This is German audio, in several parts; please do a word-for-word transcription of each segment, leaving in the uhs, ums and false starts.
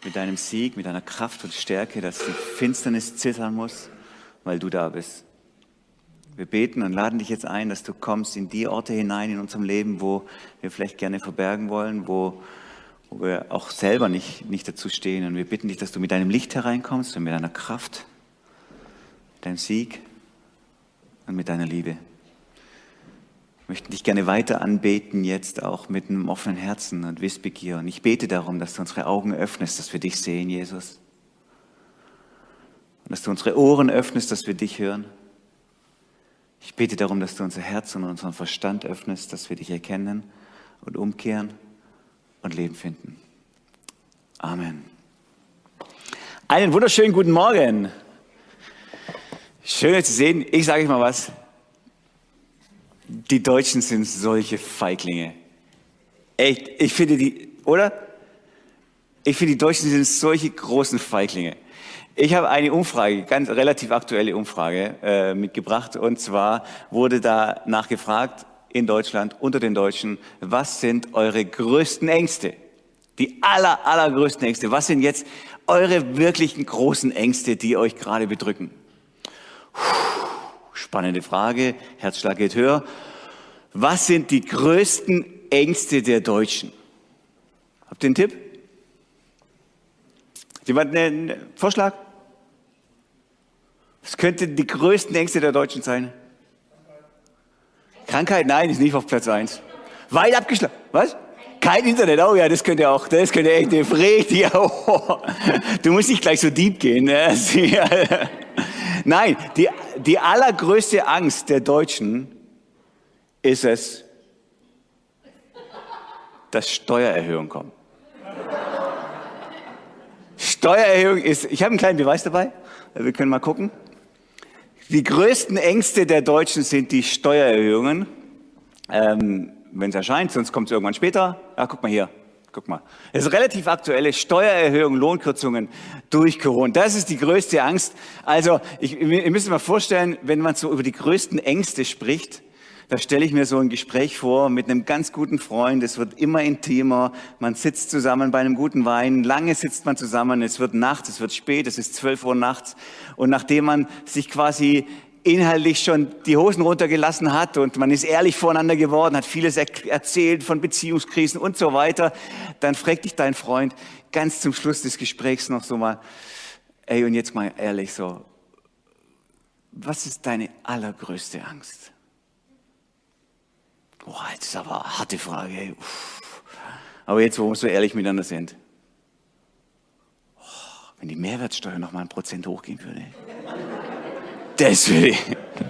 mit deinem Sieg, mit deiner Kraft und Stärke, dass die Finsternis zittern muss, weil du da bist. Wir beten und laden dich jetzt ein, dass du kommst in die Orte hinein in unserem Leben, wo wir vielleicht gerne verbergen wollen, wo, wo wir auch selber nicht, nicht dazu stehen. Und wir bitten dich, dass du mit deinem Licht hereinkommst und mit deiner Kraft, mit deinem Sieg und mit deiner Liebe. Wir möchten dich gerne weiter anbeten, jetzt auch mit einem offenen Herzen und Wissbegier. Und ich bete darum, dass du unsere Augen öffnest, dass wir dich sehen, Jesus. Und dass du unsere Ohren öffnest, dass wir dich hören. Ich bete darum, dass du unser Herz und unseren Verstand öffnest, dass wir dich erkennen und umkehren und Leben finden. Amen. Einen wunderschönen guten Morgen. Schön, euch zu sehen. Ich sage euch mal was. Die Deutschen sind solche Feiglinge. Echt, ich finde die, oder? Ich finde, die Deutschen sind solche großen Feiglinge. Ich habe eine Umfrage, ganz relativ aktuelle Umfrage äh, mitgebracht. Und zwar wurde da nachgefragt in Deutschland, unter den Deutschen, was sind eure größten Ängste? Die aller, allergrößten Ängste. Was sind jetzt eure wirklichen großen Ängste, die euch gerade bedrücken? Puh, spannende Frage, Herzschlag geht höher. Was sind die größten Ängste der Deutschen? Habt ihr einen Tipp? Jemand einen Vorschlag? Was könnten die größten Ängste der Deutschen sein? Krankheit, Krankheit nein, ist nicht auf Platz eins. Weit abgeschlagen. Was? Kein Internet, oh ja, das könnte auch, das könnte echt richtig, oh, du musst nicht gleich so deep gehen. Ne? Nein, die, die allergrößte Angst der Deutschen ist es, dass Steuererhöhungen kommen. Steuererhöhung ist, ich habe einen kleinen Beweis dabei, wir können mal gucken. Die größten Ängste der Deutschen sind die Steuererhöhungen. Ähm, wenn es erscheint, sonst kommt es irgendwann später. Ah, guck mal hier, guck mal. Das ist relativ aktuelle Steuererhöhung, Lohnkürzungen durch Corona. Das ist die größte Angst. Also, ich, ihr müsst euch mal vorstellen, wenn man so über die größten Ängste spricht, da stelle ich mir so ein Gespräch vor mit einem ganz guten Freund. Es wird immer intimer. Man sitzt zusammen bei einem guten Wein. Lange sitzt man zusammen. Es wird Nacht, es wird spät, es ist zwölf Uhr nachts. Und nachdem man sich quasi inhaltlich schon die Hosen runtergelassen hat und man ist ehrlich voreinander geworden, hat vieles erzählt von Beziehungskrisen und so weiter, dann fragt dich dein Freund ganz zum Schluss des Gesprächs noch so mal, ey, und jetzt mal ehrlich so, was ist deine allergrößte Angst? Boah, das ist aber eine harte Frage. Ey. Aber jetzt, wo wir so ehrlich miteinander sind. Oh, wenn die Mehrwertsteuer noch mal ein Prozent hochgehen würde. Das würde ich.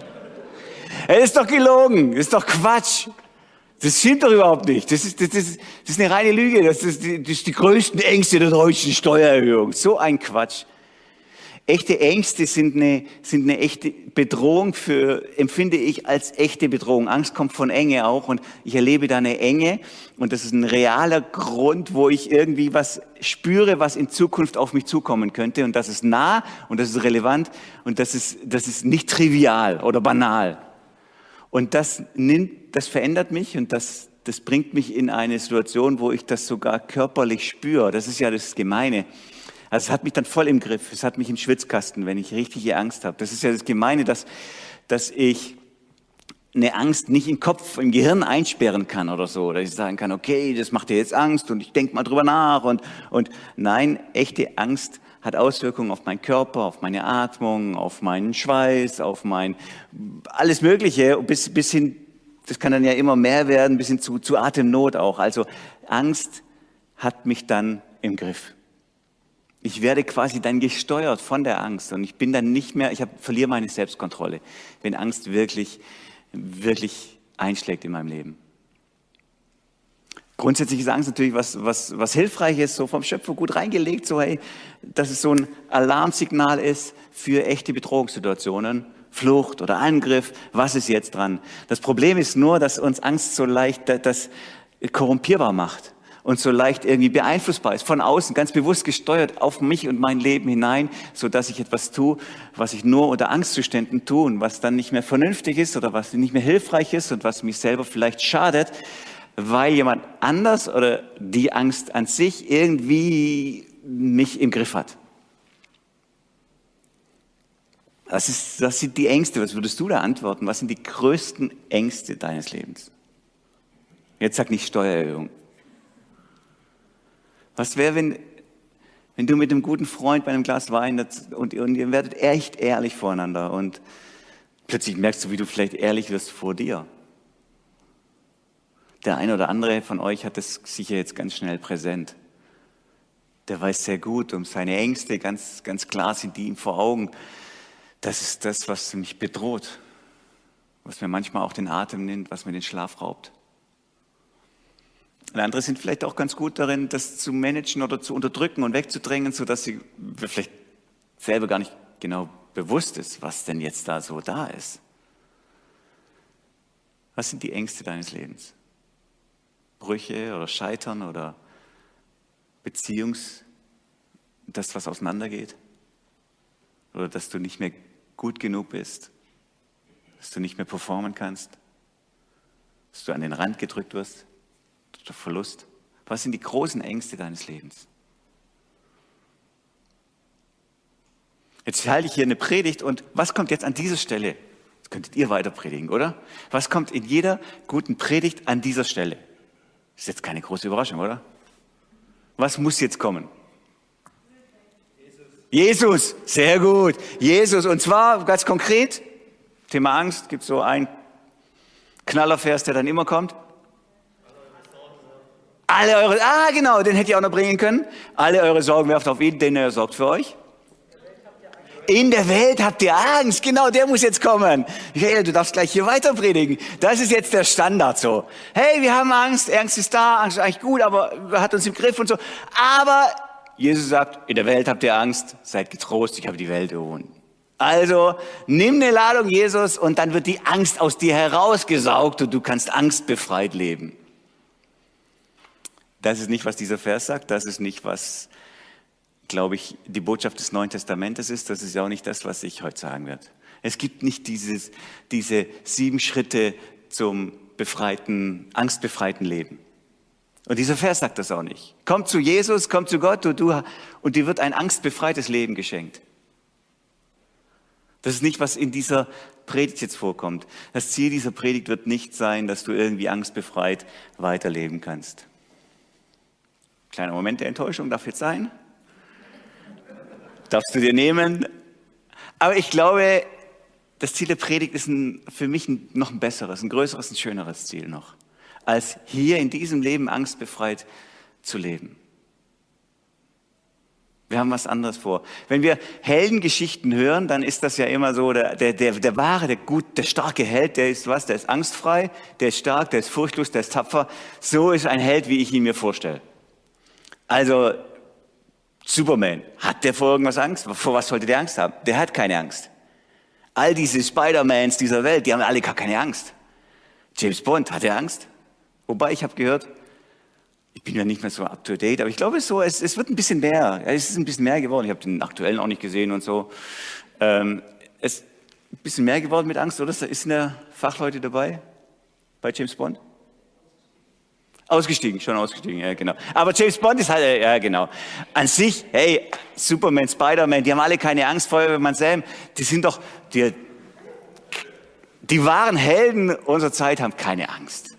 Das ist doch gelogen. Das ist doch Quatsch. Das stimmt doch überhaupt nicht. Das ist, das ist, das ist eine reine Lüge. Das ist, die, das ist die größten Ängste der deutschen Steuererhöhung. So ein Quatsch. Echte Ängste sind eine, sind eine echte Bedrohung für, empfinde ich als echte Bedrohung. Angst kommt von Enge auch und ich erlebe da eine Enge und das ist ein realer Grund, wo ich irgendwie was spüre, was in Zukunft auf mich zukommen könnte und das ist nah und das ist relevant und das ist, das ist nicht trivial oder banal. Und das nimmt, das verändert mich und das, das bringt mich in eine Situation, wo ich das sogar körperlich spüre. Das ist ja das Gemeine. Also es hat mich dann voll im Griff, es hat mich im Schwitzkasten, wenn ich richtige Angst habe. Das ist ja das Gemeine, dass, dass ich eine Angst nicht im Kopf, im Gehirn einsperren kann oder so. Dass ich sagen kann, okay, das macht dir jetzt Angst und ich denke mal drüber nach. Und, und nein, echte Angst hat Auswirkungen auf meinen Körper, auf meine Atmung, auf meinen Schweiß, auf mein alles Mögliche, bis, bis hin, das kann dann ja immer mehr werden, bis hin zu, zu Atemnot auch. Also Angst hat mich dann im Griff. Ich werde quasi dann gesteuert von der Angst und ich bin dann nicht mehr, ich hab, verliere meine Selbstkontrolle, wenn Angst wirklich, wirklich einschlägt in meinem Leben. Grundsätzlich ist Angst natürlich was, was, was Hilfreiches, so vom Schöpfer gut reingelegt, so hey, dass es so ein Alarmsignal ist für echte Bedrohungssituationen, Flucht oder Angriff, was ist jetzt dran? Das Problem ist nur, dass uns Angst so leicht das korrumpierbar macht. Und so leicht irgendwie beeinflussbar ist, von außen, ganz bewusst gesteuert auf mich und mein Leben hinein, so dass ich etwas tue, was ich nur unter Angstzuständen tue und was dann nicht mehr vernünftig ist oder was nicht mehr hilfreich ist und was mich selber vielleicht schadet, weil jemand anders oder die Angst an sich irgendwie mich im Griff hat. Das, ist, das sind die Ängste. Was würdest du da antworten? Was sind die größten Ängste deines Lebens? Jetzt sag nicht Steuererhöhung. Was wäre, wenn, wenn du mit einem guten Freund bei einem Glas Wein und, und ihr werdet echt ehrlich voreinander und plötzlich merkst du, wie du vielleicht ehrlich wirst vor dir. Der eine oder andere von euch hat das sicher jetzt ganz schnell präsent. Der weiß sehr gut um seine Ängste, ganz, ganz klar sind die ihm vor Augen. Das ist das, was mich bedroht, was mir manchmal auch den Atem nimmt, was mir den Schlaf raubt. Und andere sind vielleicht auch ganz gut darin, das zu managen oder zu unterdrücken und wegzudrängen, sodass sie vielleicht selber gar nicht genau bewusst ist, was denn jetzt da so da ist. Was sind die Ängste deines Lebens? Brüche oder Scheitern oder Beziehungs, das, was auseinandergeht? Oder dass du nicht mehr gut genug bist, dass du nicht mehr performen kannst, dass du an den Rand gedrückt wirst, der Verlust. Was sind die großen Ängste deines Lebens? Jetzt halte ich hier eine Predigt und was kommt jetzt an dieser Stelle? Das könntet ihr weiter predigen, oder? Was kommt in jeder guten Predigt an dieser Stelle? Das ist jetzt keine große Überraschung, oder? Was muss jetzt kommen? Jesus, sehr gut. Jesus, und zwar ganz konkret, Thema Angst, gibt es so einen Knallervers, der dann immer kommt? Alle eure, ah genau, den hätte ich auch noch bringen können. Alle eure Sorgen werft auf ihn, denn er sorgt für euch. In der Welt habt ihr Angst, genau, der muss jetzt kommen. Michael, du darfst gleich hier weiter predigen. Das ist jetzt der Standard so. Hey, wir haben Angst, Angst ist da, Angst ist eigentlich gut, aber hat uns im Griff und so. Aber Jesus sagt, in der Welt habt ihr Angst, seid getrost, ich habe die Welt überwunden. Also nimm eine Ladung Jesus und dann wird die Angst aus dir herausgesaugt und du kannst angstbefreit leben. Das ist nicht, was dieser Vers sagt, das ist nicht, was, glaube ich, die Botschaft des Neuen Testamentes ist, das ist ja auch nicht das, was ich heute sagen werde. Es gibt nicht dieses, diese sieben Schritte zum befreiten, angstbefreiten Leben. Und dieser Vers sagt das auch nicht. Komm zu Jesus, komm zu Gott und, du, und dir wird ein angstbefreites Leben geschenkt. Das ist nicht, was in dieser Predigt jetzt vorkommt. Das Ziel dieser Predigt wird nicht sein, dass du irgendwie angstbefreit weiterleben kannst. Kleiner Moment der Enttäuschung darf jetzt sein. Darfst du dir nehmen. Aber ich glaube, das Ziel der Predigt ist ein, für mich ein, noch ein besseres, ein größeres, ein schöneres Ziel noch, als hier in diesem Leben angstbefreit zu leben. Wir haben was anderes vor. Wenn wir Heldengeschichten hören, dann ist das ja immer so, der, der, der, der wahre, der gut, der starke Held, der ist was? Der ist angstfrei, der ist stark, der ist furchtlos, der ist tapfer. So ist ein Held, wie ich ihn mir vorstelle. Also Superman, hat der vor irgendwas Angst? Vor was sollte der Angst haben? Der hat keine Angst. All diese Spider-Mans dieser Welt, die haben alle gar keine Angst. James Bond, hat er Angst? Wobei, ich habe gehört, ich bin ja nicht mehr so up to date, aber ich glaube so, es, es wird ein bisschen mehr, es ist ein bisschen mehr geworden. Ich habe den aktuellen auch nicht gesehen und so. Ähm, es ist ein bisschen mehr geworden mit Angst, oder? Ist eine Fachleute dabei bei James Bond? Ausgestiegen, schon ausgestiegen, ja genau. Aber James Bond ist halt, ja genau. An sich, hey, Superman, Spider-Man, die haben alle keine Angst, Feuerwehrmann Sam, die sind doch, die, die wahren Helden unserer Zeit haben keine Angst.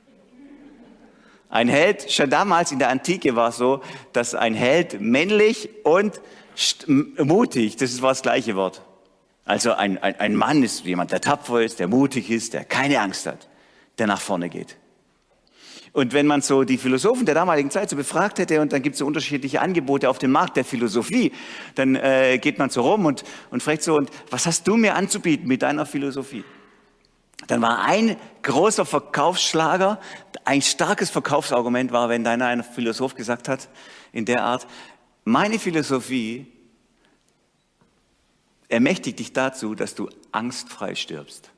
Ein Held, schon damals in der Antike war es so, dass ein Held männlich und mutig, das war das gleiche Wort. Also ein, ein, ein Mann ist jemand, der tapfer ist, der mutig ist, der keine Angst hat, der nach vorne geht. Und wenn man so die Philosophen der damaligen Zeit so befragt hätte und dann gibt es so unterschiedliche Angebote auf dem Markt der Philosophie, dann äh, geht man so rum und, und fragt so, und was hast du mir anzubieten mit deiner Philosophie? Dann war ein großer Verkaufsschlager, ein starkes Verkaufsargument war, wenn deiner ein Philosoph gesagt hat, in der Art, meine Philosophie ermächtigt dich dazu, dass du angstfrei stirbst.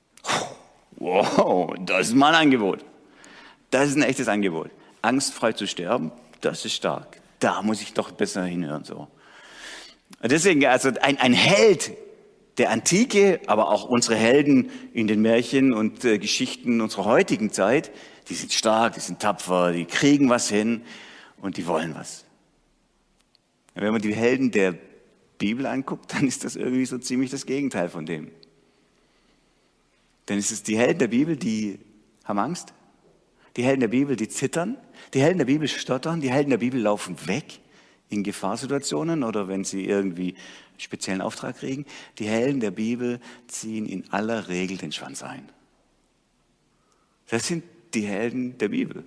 Wow, das ist mein Angebot. Das ist ein echtes Angebot. Angstfrei zu sterben, das ist stark. Da muss ich doch besser hinhören. So. Deswegen, also ein, ein Held der Antike, aber auch unsere Helden in den Märchen und äh, Geschichten unserer heutigen Zeit, die sind stark, die sind tapfer, die kriegen was hin und die wollen was. Wenn man die Helden der Bibel anguckt, dann ist das irgendwie so ziemlich das Gegenteil von dem. Denn es ist die Helden der Bibel, die haben Angst. Die Helden der Bibel, die zittern. Die Helden der Bibel stottern. Die Helden der Bibel laufen weg in Gefahrsituationen oder wenn sie irgendwie einen speziellen Auftrag kriegen. Die Helden der Bibel ziehen in aller Regel den Schwanz ein. Das sind die Helden der Bibel.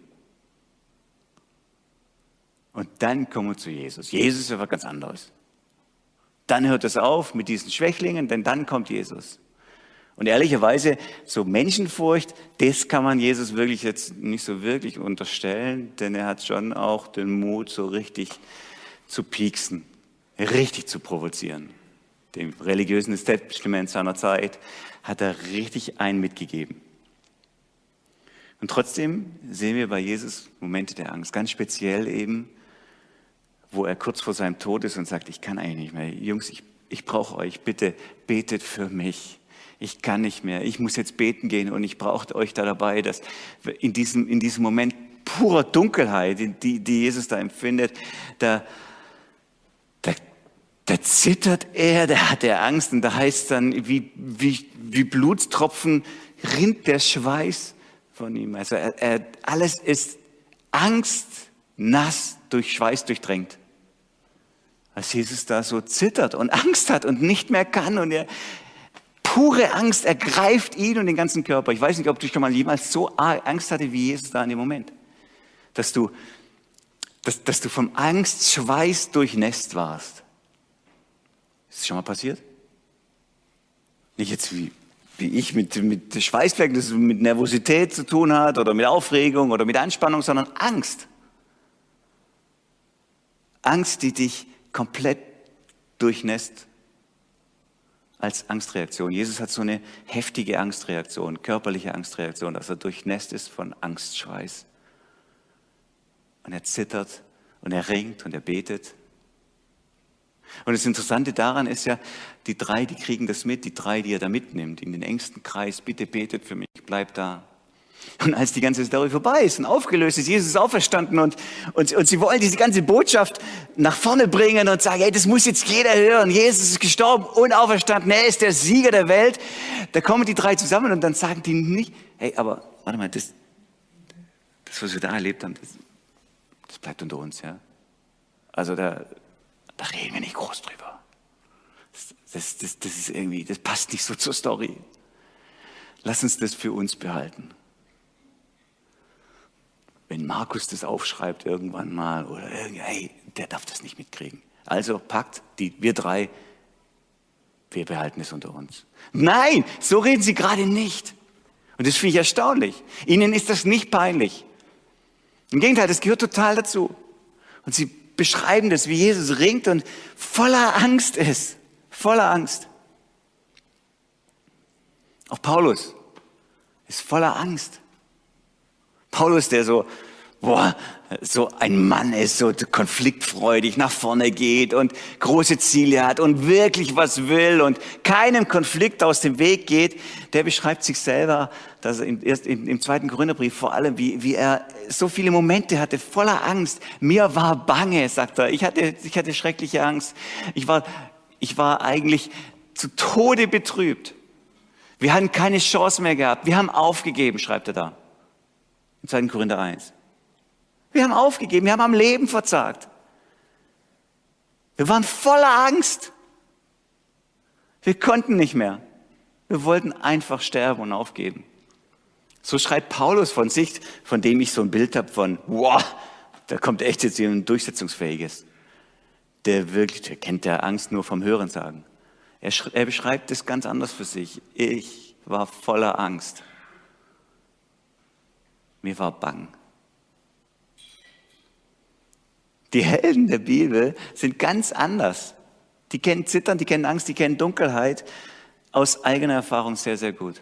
Und dann kommen wir zu Jesus. Jesus ist etwas ganz anderes. Dann hört es auf mit diesen Schwächlingen, denn dann kommt Jesus. Und ehrlicherweise, so Menschenfurcht, das kann man Jesus wirklich jetzt nicht so wirklich unterstellen, denn er hat schon auch den Mut, so richtig zu pieksen, richtig zu provozieren. Dem religiösen Establishment seiner Zeit hat er richtig einen mitgegeben. Und trotzdem sehen wir bei Jesus Momente der Angst, ganz speziell eben, wo er kurz vor seinem Tod ist und sagt, ich kann eigentlich nicht mehr. Jungs, ich, ich brauche euch, bitte betet für mich. Ich kann nicht mehr, ich muss jetzt beten gehen und ich brauche euch da dabei, dass in diesem, in diesem Moment purer Dunkelheit, die, die Jesus da empfindet, da, da, da zittert er, da hat er Angst und da heißt dann, wie, wie, wie Blutstropfen rinnt der Schweiß von ihm. Also er, er, alles ist angstnass durch Schweiß durchdrängt. Als Jesus da so zittert und Angst hat und nicht mehr kann und er pure Angst ergreift ihn und den ganzen Körper. Ich weiß nicht, ob du schon mal jemals so Angst hatte wie Jesus da in dem Moment. Dass du, dass, dass du vom Angstschweiß durchnässt warst. Ist das schon mal passiert? Nicht jetzt wie, wie ich mit, mit Schweißflecken, das mit Nervosität zu tun hat oder mit Aufregung oder mit Anspannung, sondern Angst. Angst, die dich komplett durchnässt. Als Angstreaktion. Jesus hat so eine heftige Angstreaktion, körperliche Angstreaktion, dass er durchnässt ist von Angstschweiß. Und er zittert und er ringt und er betet. Und das Interessante daran ist ja, die drei, die kriegen das mit, die drei, die er da mitnimmt, in den engsten Kreis, bitte betet für mich, bleib da. Und als die ganze Story vorbei ist und aufgelöst ist, Jesus ist auferstanden und, und, und sie wollen diese ganze Botschaft nach vorne bringen und sagen, hey, das muss jetzt jeder hören. Jesus ist gestorben und auferstanden, er ist der Sieger der Welt. Da kommen die drei zusammen und dann sagen die nicht, hey, aber warte mal, das, das was wir da erlebt haben, das, das bleibt unter uns, ja. Also da, da reden wir nicht groß drüber. Das, das, das, das ist irgendwie, das passt nicht so zur Story. Lass uns das für uns behalten. Wenn Markus das aufschreibt irgendwann mal oder irgendwie, hey, der darf das nicht mitkriegen. Also packt die, wir drei, wir behalten es unter uns. Nein, so reden sie gerade nicht. Und das finde ich erstaunlich. Ihnen ist das nicht peinlich. Im Gegenteil, das gehört total dazu. Und sie beschreiben das, wie Jesus ringt und voller Angst ist. Voller Angst. Auch Paulus ist voller Angst. Paulus, der so, boah, so ein Mann ist, so konfliktfreudig nach vorne geht und große Ziele hat und wirklich was will und keinem Konflikt aus dem Weg geht, der beschreibt sich selber, dass er erst im zweiten Korintherbrief vor allem, wie, wie er so viele Momente hatte, voller Angst. Mir war bange, sagt er. Ich hatte, ich hatte schreckliche Angst. Ich war, ich war eigentlich zu Tode betrübt. Wir hatten keine Chance mehr gehabt. Wir haben aufgegeben, schreibt er da. Im zweiten Korinther eins. Wir haben aufgegeben, wir haben am Leben verzagt. Wir waren voller Angst. Wir konnten nicht mehr. Wir wollten einfach sterben und aufgeben. So schreibt Paulus von sich, von dem ich so ein Bild habe von, wow, da kommt echt jetzt jemand Durchsetzungsfähiges. Der wirklich, der kennt der Angst nur vom Hörensagen. Er, er beschreibt es ganz anders für sich. Ich war voller Angst. Mir war bang. Die Helden der Bibel sind ganz anders. Die kennen Zittern, die kennen Angst, die kennen Dunkelheit aus eigener Erfahrung sehr, sehr gut.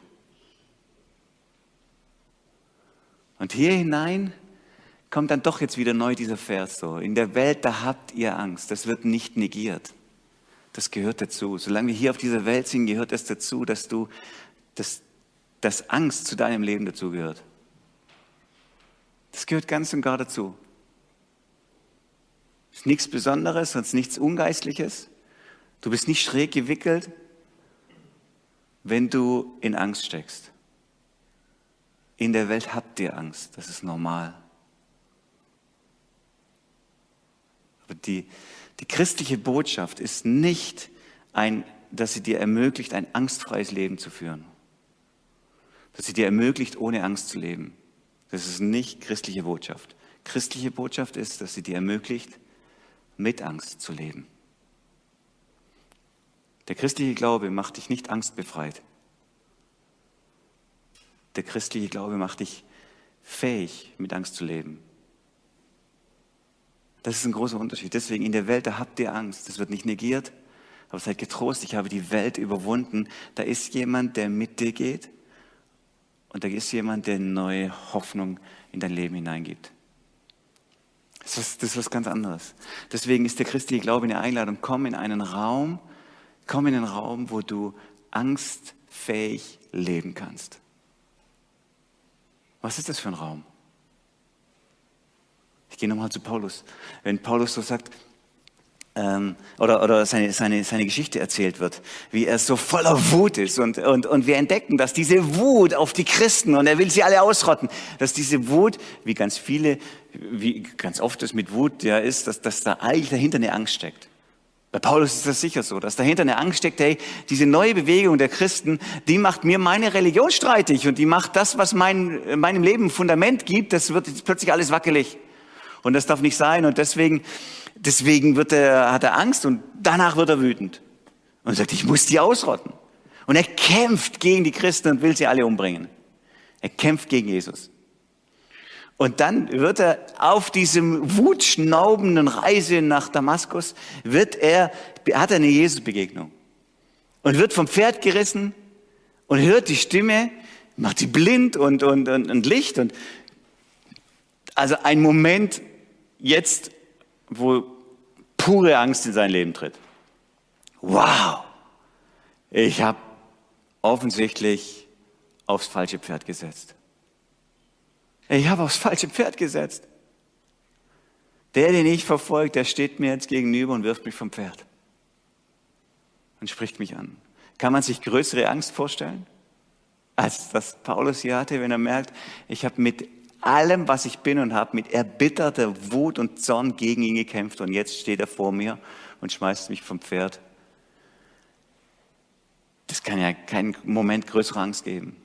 Und hier hinein kommt dann doch jetzt wieder neu dieser Vers so. In der Welt, da habt ihr Angst. Das wird nicht negiert. Das gehört dazu. Solange wir hier auf dieser Welt sind, gehört es das dazu, dass du, dass, dass Angst zu deinem Leben dazugehört. Das gehört ganz und gar dazu. ist nichts Besonderes, sonst nichts Ungeistliches. Du bist nicht schräg gewickelt, wenn du in Angst steckst. In der Welt habt ihr Angst, das ist normal. Aber die, die christliche Botschaft ist nicht, ein, dass sie dir ermöglicht, ein angstfreies Leben zu führen. Dass sie dir ermöglicht, ohne Angst zu leben. Das ist nicht christliche Botschaft. Christliche Botschaft ist, dass sie dir ermöglicht, mit Angst zu leben. Der christliche Glaube macht dich nicht angstbefreit. Der christliche Glaube macht dich fähig, mit Angst zu leben. Das ist ein großer Unterschied. Deswegen in der Welt, da habt ihr Angst. Das wird nicht negiert, aber seid getrost, ich habe die Welt überwunden. Da ist jemand, der mit dir geht und da ist jemand, der neue Hoffnung in dein Leben hineingibt. Das ist, das ist was ganz anderes. Deswegen ist der christliche Glaube eine Einladung. Komm in einen Raum, komm in einen Raum, wo du angstfähig leben kannst. Was ist das für ein Raum? Ich gehe nochmal zu Paulus. Wenn Paulus so sagt, ähm, oder, oder seine, seine, seine Geschichte erzählt wird, wie er so voller Wut ist und, und, und wir entdecken, dass diese Wut auf die Christen, und er will sie alle ausrotten, dass diese Wut, wie ganz viele, wie ganz oft es mit Wut ja ist, dass, dass da eigentlich dahinter eine Angst steckt. Bei Paulus ist das sicher so, dass dahinter eine Angst steckt, hey, diese neue Bewegung der Christen, die macht mir meine Religion streitig und die macht das, was mein, meinem Leben ein Fundament gibt, das wird jetzt plötzlich alles wackelig. Und das darf nicht sein und deswegen, deswegen wird er, hat er Angst und danach wird er wütend. Und sagt, ich muss die ausrotten. Und er kämpft gegen die Christen und will sie alle umbringen. Er kämpft gegen Jesus. Und dann wird er auf diesem wutschnaubenden Reise nach Damaskus, wird er, hat er eine Jesus-Begegnung. Und wird vom Pferd gerissen und hört die Stimme, macht sie blind und, und, und, und Licht. Und also ein Moment jetzt, wo pure Angst in sein Leben tritt. Wow, ich habe offensichtlich aufs falsche Pferd gesetzt. Ich habe aufs falsche Pferd gesetzt. Der, den ich verfolge, der steht mir jetzt gegenüber und wirft mich vom Pferd und spricht mich an. Kann man sich größere Angst vorstellen, als das Paulus hier hatte, wenn er merkt, ich habe mit allem, was ich bin und habe, mit erbitterter Wut und Zorn gegen ihn gekämpft und jetzt steht er vor mir und schmeißt mich vom Pferd. Das kann ja keinen Moment größere Angst geben.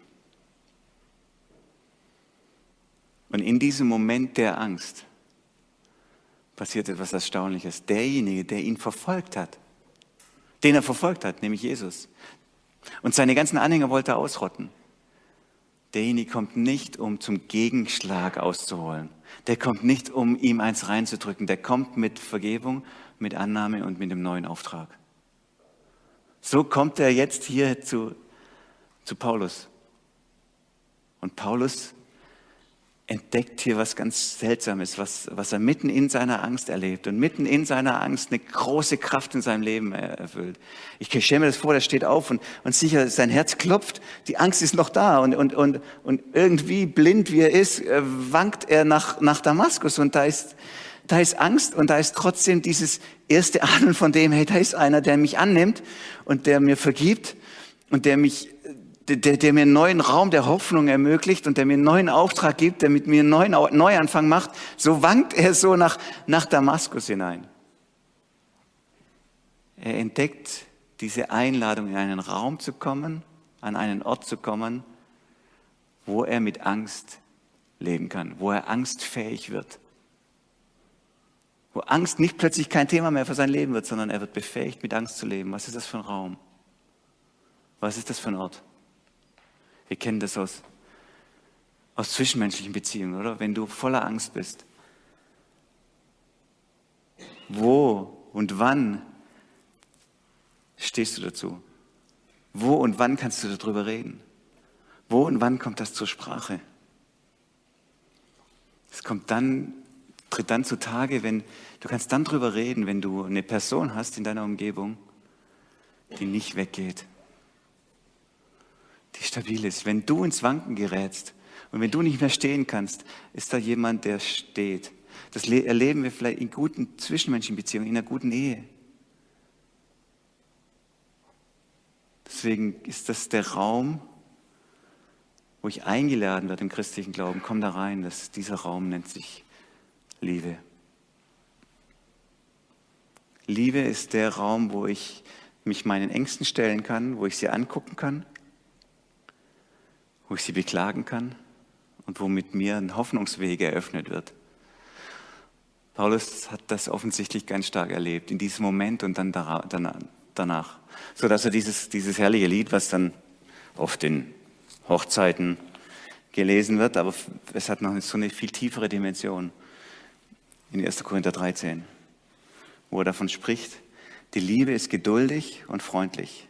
Und in diesem Moment der Angst passiert etwas Erstaunliches. Derjenige, der ihn verfolgt hat, den er verfolgt hat, nämlich Jesus, und seine ganzen Anhänger wollte er ausrotten. Derjenige kommt nicht, um zum Gegenschlag auszuholen. Der kommt nicht, um ihm eins reinzudrücken. Der kommt mit Vergebung, mit Annahme und mit dem neuen Auftrag. So kommt er jetzt hier zu, zu Paulus. Und Paulus entdeckt hier was ganz Seltsames, was, was er mitten in seiner Angst erlebt und mitten in seiner Angst eine große Kraft in seinem Leben erfüllt. Ich stelle mir das vor, der steht auf und, und sicher, sein Herz klopft, die Angst ist noch da und, und, und, und irgendwie blind wie er ist, wankt er nach, nach Damaskus und da ist, da ist Angst und da ist trotzdem dieses erste Ahnen von dem, hey, da ist einer, der mich annimmt und der mir vergibt und der mich Der, der mir einen neuen Raum der Hoffnung ermöglicht und der mir einen neuen Auftrag gibt, der mit mir einen neuen Neuanfang macht, so wankt er so nach, nach Damaskus hinein. Er entdeckt diese Einladung, in einen Raum zu kommen, an einen Ort zu kommen, wo er mit Angst leben kann, wo er angstfähig wird. Wo Angst nicht plötzlich kein Thema mehr für sein Leben wird, sondern er wird befähigt, mit Angst zu leben. Was ist das für ein Raum? Was ist das für ein Ort? Wir kennen das aus, aus zwischenmenschlichen Beziehungen, oder? Wenn du voller Angst bist. Wo und wann stehst du dazu? Wo und wann kannst du darüber reden? Wo und wann kommt das zur Sprache? Es kommt dann, tritt dann zutage, wenn, du kannst dann darüber reden, wenn du eine Person hast in deiner Umgebung, die nicht weggeht. Die stabil ist. Wenn du ins Wanken gerätst und wenn du nicht mehr stehen kannst, ist da jemand, der steht. das erleben wir vielleicht in guten zwischenmenschlichen Beziehungen, in einer guten Ehe. Deswegen ist das der Raum, wo ich eingeladen werde im christlichen Glauben. Komm da rein, das, dieser Raum nennt sich Liebe. Liebe ist der Raum, wo ich mich meinen Ängsten stellen kann, wo ich sie angucken kann, wo ich sie beklagen kann und wo mit mir ein Hoffnungsweg eröffnet wird. Paulus hat das offensichtlich ganz stark erlebt, in diesem Moment und dann danach. So dass er dieses, dieses herrliche Lied, was dann oft in Hochzeiten gelesen wird, aber es hat noch so eine viel tiefere Dimension in erster Korinther dreizehn, wo er davon spricht, die Liebe ist geduldig und freundlich.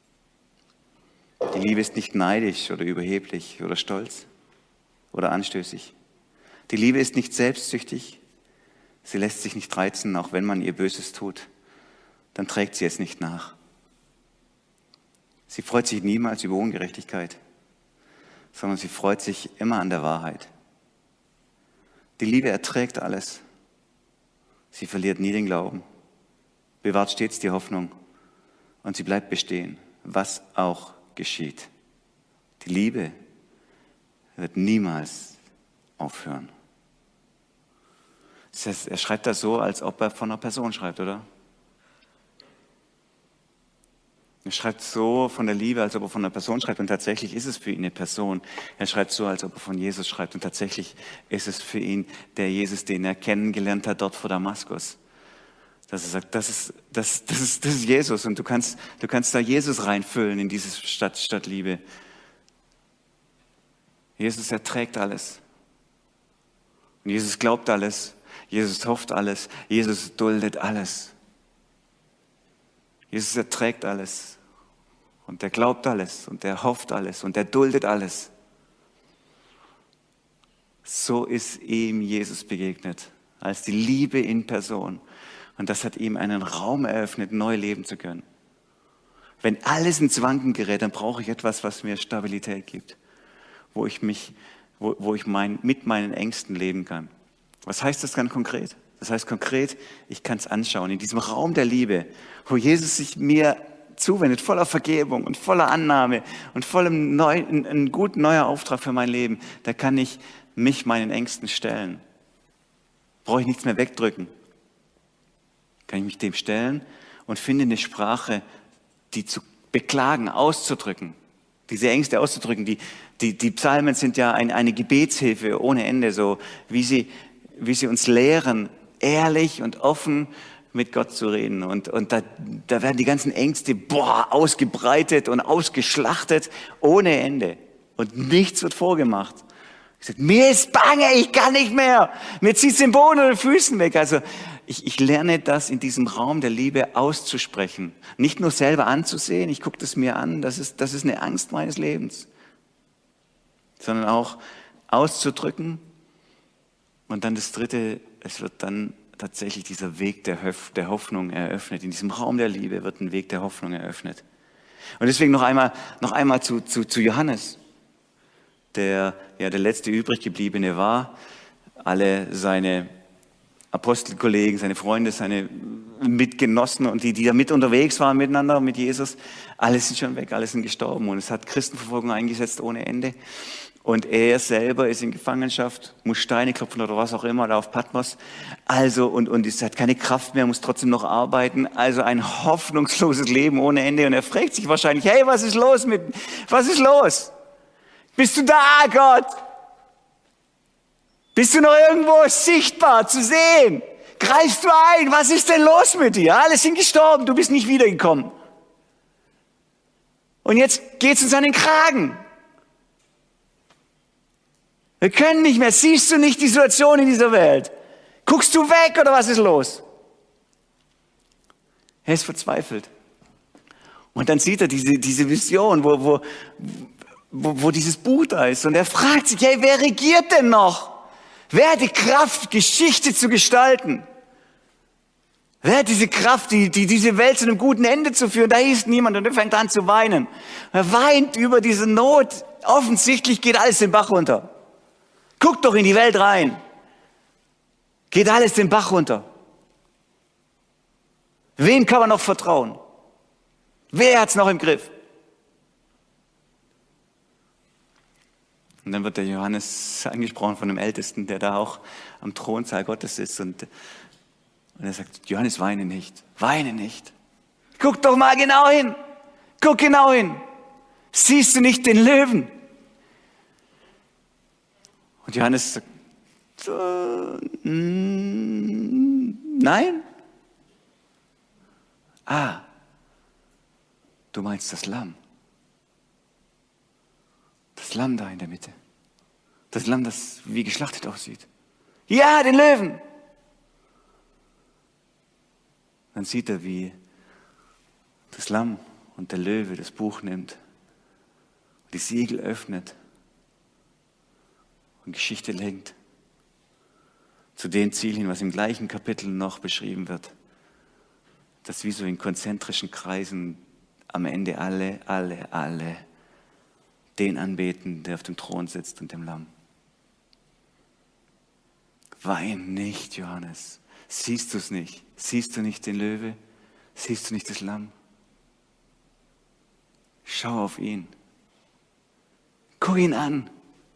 Die Liebe ist nicht neidisch oder überheblich oder stolz oder anstößig. Die Liebe ist nicht selbstsüchtig. Sie lässt sich nicht reizen, auch wenn man ihr Böses tut. Dann trägt sie es nicht nach. Sie freut sich niemals über Ungerechtigkeit, sondern sie freut sich immer an der Wahrheit. Die Liebe erträgt alles. Sie verliert nie den Glauben, bewahrt stets die Hoffnung und sie bleibt bestehen, was auch geschieht. Die Liebe wird niemals aufhören. Das heißt, er schreibt das so, als ob er von einer Person schreibt, oder? Er schreibt so von der Liebe, als ob er von einer Person schreibt und tatsächlich ist es für ihn eine Person. Er schreibt so, als ob er von Jesus schreibt und tatsächlich ist es für ihn der Jesus, den er kennengelernt hat dort vor Damaskus. Dass er sagt, das ist, das, das ist, das ist Jesus und du kannst, du kannst da Jesus reinfüllen in diese Stadt, Stadt Liebe. Jesus erträgt alles. Und Jesus glaubt alles. Jesus hofft alles. Jesus duldet alles. Jesus erträgt alles. Und er glaubt alles. Und er hofft alles. Und er duldet alles. So ist ihm Jesus begegnet. Als die Liebe in Person. Und das hat ihm einen Raum eröffnet, neu leben zu können. Wenn alles ins Wanken gerät, dann brauche ich etwas, was mir Stabilität gibt. Wo ich mich, wo, wo ich mein, mit meinen Ängsten leben kann. Was heißt das ganz konkret? Das heißt konkret, ich kann es anschauen. In diesem Raum der Liebe, wo Jesus sich mir zuwendet, voller Vergebung und voller Annahme und vollem neu, ein, ein gut neuer Auftrag für mein Leben, da kann ich mich meinen Ängsten stellen. Brauche ich nichts mehr wegdrücken. Kann ich mich dem stellen und finde eine Sprache, die zu beklagen, auszudrücken. Diese Ängste auszudrücken. Die, die, die Psalmen sind ja ein, eine Gebetshilfe ohne Ende, so wie sie, wie sie uns lehren, ehrlich und offen mit Gott zu reden. Und, und da, da werden die ganzen Ängste boah, ausgebreitet und ausgeschlachtet ohne Ende. Und nichts wird vorgemacht. Ich sage, mir ist bange, ich kann nicht mehr. Mir zieht es den Boden oder den Füßen weg. Also ich, ich lerne das in diesem Raum der Liebe auszusprechen. Nicht nur selber anzusehen, ich gucke das mir an, das ist, das ist eine Angst meines Lebens. Sondern auch auszudrücken. Und dann das Dritte, es wird dann tatsächlich dieser Weg der, Hof, der Hoffnung eröffnet. In diesem Raum der Liebe wird ein Weg der Hoffnung eröffnet. Und deswegen noch einmal, noch einmal zu, zu, zu Johannes, der ja der letzte übrig gebliebene war. Alle seine Apostelkollegen, seine Freunde, seine Mitgenossen und die, die da mit unterwegs waren miteinander, mit Jesus, alle sind schon weg, alle sind gestorben. Und es hat Christenverfolgung eingesetzt ohne Ende. Und er selber ist in Gefangenschaft, muss Steine klopfen oder was auch immer, da auf Patmos. Also, und, und es hat keine Kraft mehr, muss trotzdem noch arbeiten. Also ein hoffnungsloses Leben ohne Ende. Und er fragt sich wahrscheinlich, hey, was ist los mit, was ist los? Bist du da, Gott? Bist du noch irgendwo sichtbar zu sehen? Greifst du ein? Was ist denn los mit dir? Alle sind gestorben, du bist nicht wiedergekommen. Und jetzt geht's uns an den Kragen. Wir können nicht mehr. Siehst du nicht die Situation in dieser Welt? Guckst du weg oder was ist los? Er ist verzweifelt. Und dann sieht er diese, diese Vision, wo, wo, wo, wo dieses Buch da ist. Und er fragt sich, hey, wer regiert denn noch? Wer hat die Kraft, Geschichte zu gestalten? Wer hat diese Kraft, die, die diese Welt zu einem guten Ende zu führen? Da ist niemand und er fängt an zu weinen. Er weint über diese Not. Offensichtlich geht alles den Bach runter. Guck doch in die Welt rein. Geht alles den Bach runter. Wem kann man noch vertrauen? Wer hat's noch im Griff? Und dann wird der Johannes angesprochen von dem Ältesten, der da auch am Thronsaal Gottes sitzt. Und, und er sagt, Johannes, weine nicht, weine nicht. Guck doch mal genau hin. Guck genau hin. Siehst du nicht den Löwen? Und Johannes sagt, äh, nein. Ah, du meinst das Lamm. Das Lamm da in der Mitte. Das Lamm, das wie geschlachtet aussieht. Ja, den Löwen. Dann sieht er, wie das Lamm und der Löwe das Buch nimmt, die Siegel öffnet und Geschichte lenkt zu dem Ziel hin, was im gleichen Kapitel noch beschrieben wird, dass wie so in konzentrischen Kreisen am Ende alle, alle, alle den anbeten, der auf dem Thron sitzt und dem Lamm. Wein nicht, Johannes. Siehst du es nicht? Siehst du nicht den Löwe? Siehst du nicht das Lamm? Schau auf ihn. Guck ihn an.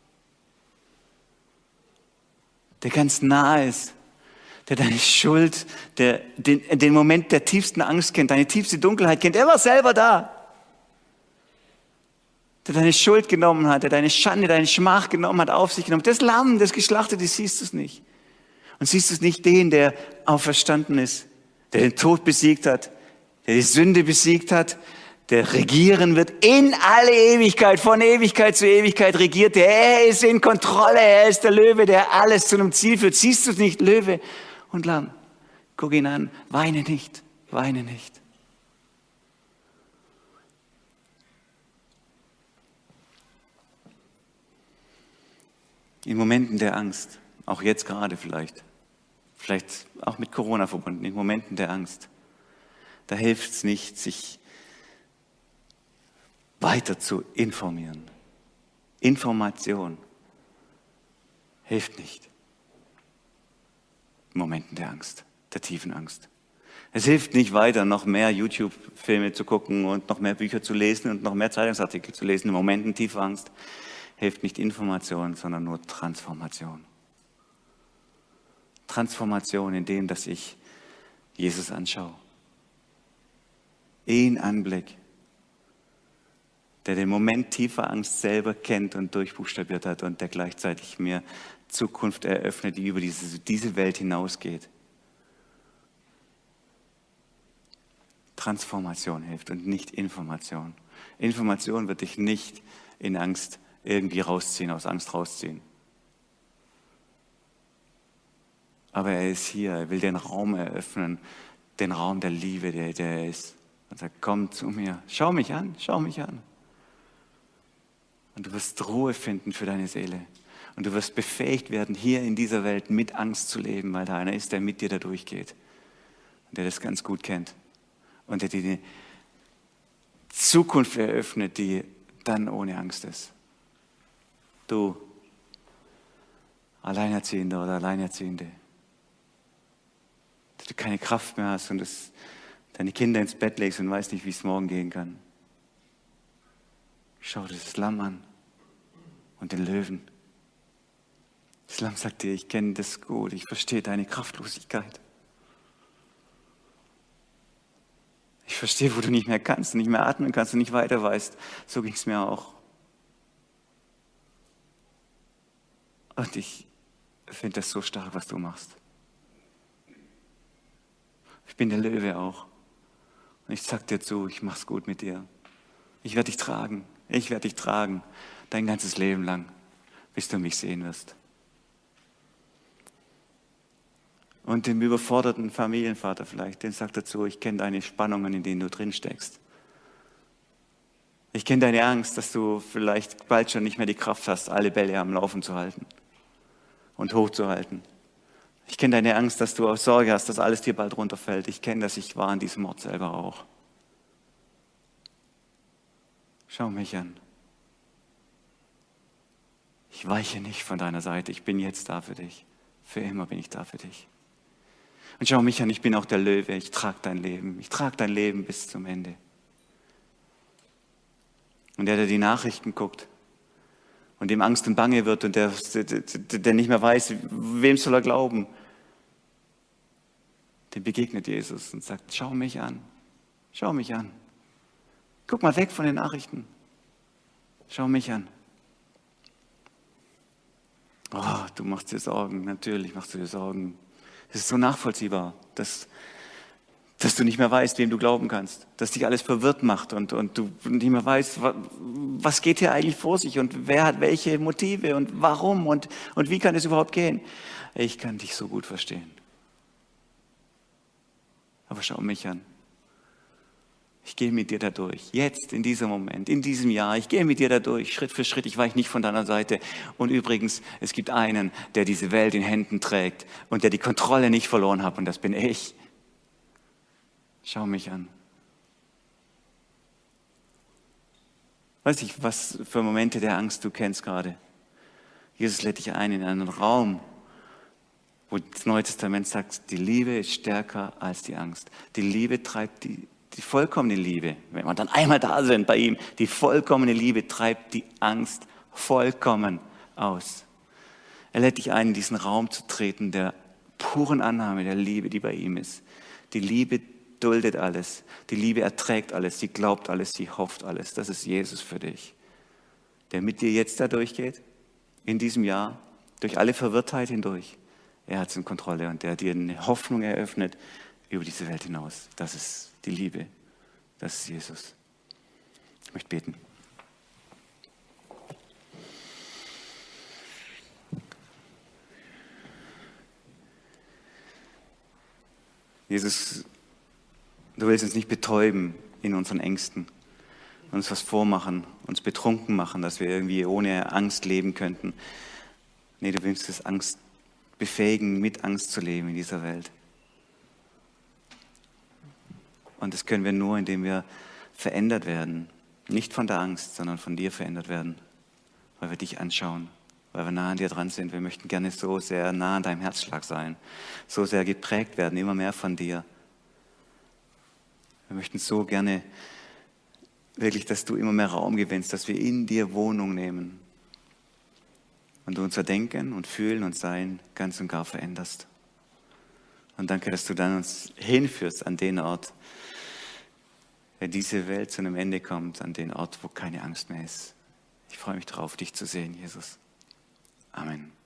Der ganz nah ist, der deine Schuld, der den, den Moment der tiefsten Angst kennt, deine tiefste Dunkelheit kennt. Er war selber da. Der deine Schuld genommen hat, der deine Schande, deine Schmach genommen hat, auf sich genommen. Das Lamm, das Geschlachtete, siehst du es nicht. Und siehst du es nicht den, der auferstanden ist, der den Tod besiegt hat, der die Sünde besiegt hat, der regieren wird in alle Ewigkeit, von Ewigkeit zu Ewigkeit regiert. Er ist in Kontrolle, er ist der Löwe, der alles zu einem Ziel führt. Siehst du es nicht, Löwe und Lamm? Guck ihn an, weine nicht, weine nicht. In Momenten der Angst, auch jetzt gerade vielleicht, vielleicht auch mit Corona verbunden, in Momenten der Angst, da hilft es nicht, sich weiter zu informieren. Information hilft nicht. In Momenten der Angst, der tiefen Angst. Es hilft nicht weiter, noch mehr YouTube-Filme zu gucken und noch mehr Bücher zu lesen und noch mehr Zeitungsartikel zu lesen. In Momenten tiefer Angst hilft nicht Information, sondern nur Transformation. Transformation in dem, dass ich Jesus anschaue. Ihn anblick, der den Moment tiefer Angst selber kennt und durchbuchstabiert hat und der gleichzeitig mir Zukunft eröffnet, die über diese, diese Welt hinausgeht. Transformation hilft und nicht Information. Information wird dich nicht in Angst irgendwie rausziehen, aus Angst rausziehen. Aber er ist hier, er will den Raum eröffnen, den Raum der Liebe, der, der er ist. Und sagt, komm zu mir, schau mich an, schau mich an. Und du wirst Ruhe finden für deine Seele. Und du wirst befähigt werden, hier in dieser Welt mit Angst zu leben, weil da einer ist, der mit dir da durchgeht. Und der das ganz gut kennt. Und der dir die Zukunft eröffnet, die dann ohne Angst ist. Du, Alleinerziehender oder Alleinerziehende, dass du keine Kraft mehr hast und das, deine Kinder ins Bett legst und weißt nicht, wie es morgen gehen kann. Schau dir das Lamm an und den Löwen. Das Lamm sagt dir, ich kenne das gut, ich verstehe deine Kraftlosigkeit. Ich verstehe, wo du nicht mehr kannst und nicht mehr atmen kannst und nicht weiter weißt. So ging es mir auch. Und ich finde das so stark, was du machst. Ich bin der Löwe auch. Und ich sag dir zu, ich mach's gut mit dir. Ich werde dich tragen. Ich werde dich tragen. Dein ganzes Leben lang, bis du mich sehen wirst. Und dem überforderten Familienvater vielleicht, den sagt er zu, ich kenne deine Spannungen, in denen du drin steckst. Ich kenne deine Angst, dass du vielleicht bald schon nicht mehr die Kraft hast, alle Bälle am Laufen zu halten und hochzuhalten. Ich kenne deine Angst, dass du auch Sorge hast, dass alles dir bald runterfällt. Ich kenne das, ich war an diesem Ort selber auch. Schau mich an. Ich weiche nicht von deiner Seite, ich bin jetzt da für dich. Für immer bin ich da für dich. Und schau mich an, ich bin auch der Löwe, ich trage dein Leben, ich trage dein Leben bis zum Ende. Und der, der die Nachrichten guckt und dem Angst und Bange wird und der, der, der nicht mehr weiß, wem soll er glauben, dem begegnet Jesus und sagt, schau mich an, schau mich an. Guck mal weg von den Nachrichten. Schau mich an. Oh, du machst dir Sorgen, natürlich machst du dir Sorgen. Es ist so nachvollziehbar, dass, dass du nicht mehr weißt, wem du glauben kannst. Dass dich alles verwirrt macht und, und du nicht mehr weißt, was geht hier eigentlich vor sich und wer hat welche Motive und warum und, und wie kann es überhaupt gehen. Ich kann dich so gut verstehen. Aber schau mich an. Ich gehe mit dir da durch, jetzt, in diesem Moment, in diesem Jahr. Ich gehe mit dir da durch, Schritt für Schritt. Ich weiche nicht von deiner Seite. Und übrigens, es gibt einen, der diese Welt in Händen trägt und der die Kontrolle nicht verloren hat. Und das bin ich. Schau mich an. Weiß ich, was für Momente der Angst du kennst gerade. Jesus lädt dich ein in einen Raum, wo das Neue Testament sagt, die Liebe ist stärker als die Angst. Die Liebe treibt die Die vollkommene Liebe, wenn wir dann einmal da sind bei ihm, die vollkommene Liebe treibt die Angst vollkommen aus. Er lädt dich ein, in diesen Raum zu treten, der puren Annahme, der Liebe, die bei ihm ist. Die Liebe duldet alles, die Liebe erträgt alles, sie glaubt alles, sie hofft alles. Das ist Jesus für dich, der mit dir jetzt da durchgeht, in diesem Jahr, durch alle Verwirrtheit hindurch. Er hat es in Kontrolle und der dir eine Hoffnung eröffnet über diese Welt hinaus. Das ist die Liebe, das ist Jesus. Ich möchte beten. Jesus, du willst uns nicht betäuben in unseren Ängsten, uns was vormachen, uns betrunken machen, dass wir irgendwie ohne Angst leben könnten. Nee, du willst uns Angst befähigen, mit Angst zu leben in dieser Welt. Und das können wir nur, indem wir verändert werden. Nicht von der Angst, sondern von dir verändert werden. Weil wir dich anschauen, weil wir nah an dir dran sind. Wir möchten gerne so sehr nah an deinem Herzschlag sein. So sehr geprägt werden, immer mehr von dir. Wir möchten so gerne wirklich, dass du immer mehr Raum gewinnst, dass wir in dir Wohnung nehmen. Und du unser Denken und Fühlen und Sein ganz und gar veränderst. Und danke, dass du dann uns hinführst an den Ort, wenn diese Welt zu einem Ende kommt, an den Ort, wo keine Angst mehr ist. Ich freue mich darauf, dich zu sehen, Jesus. Amen.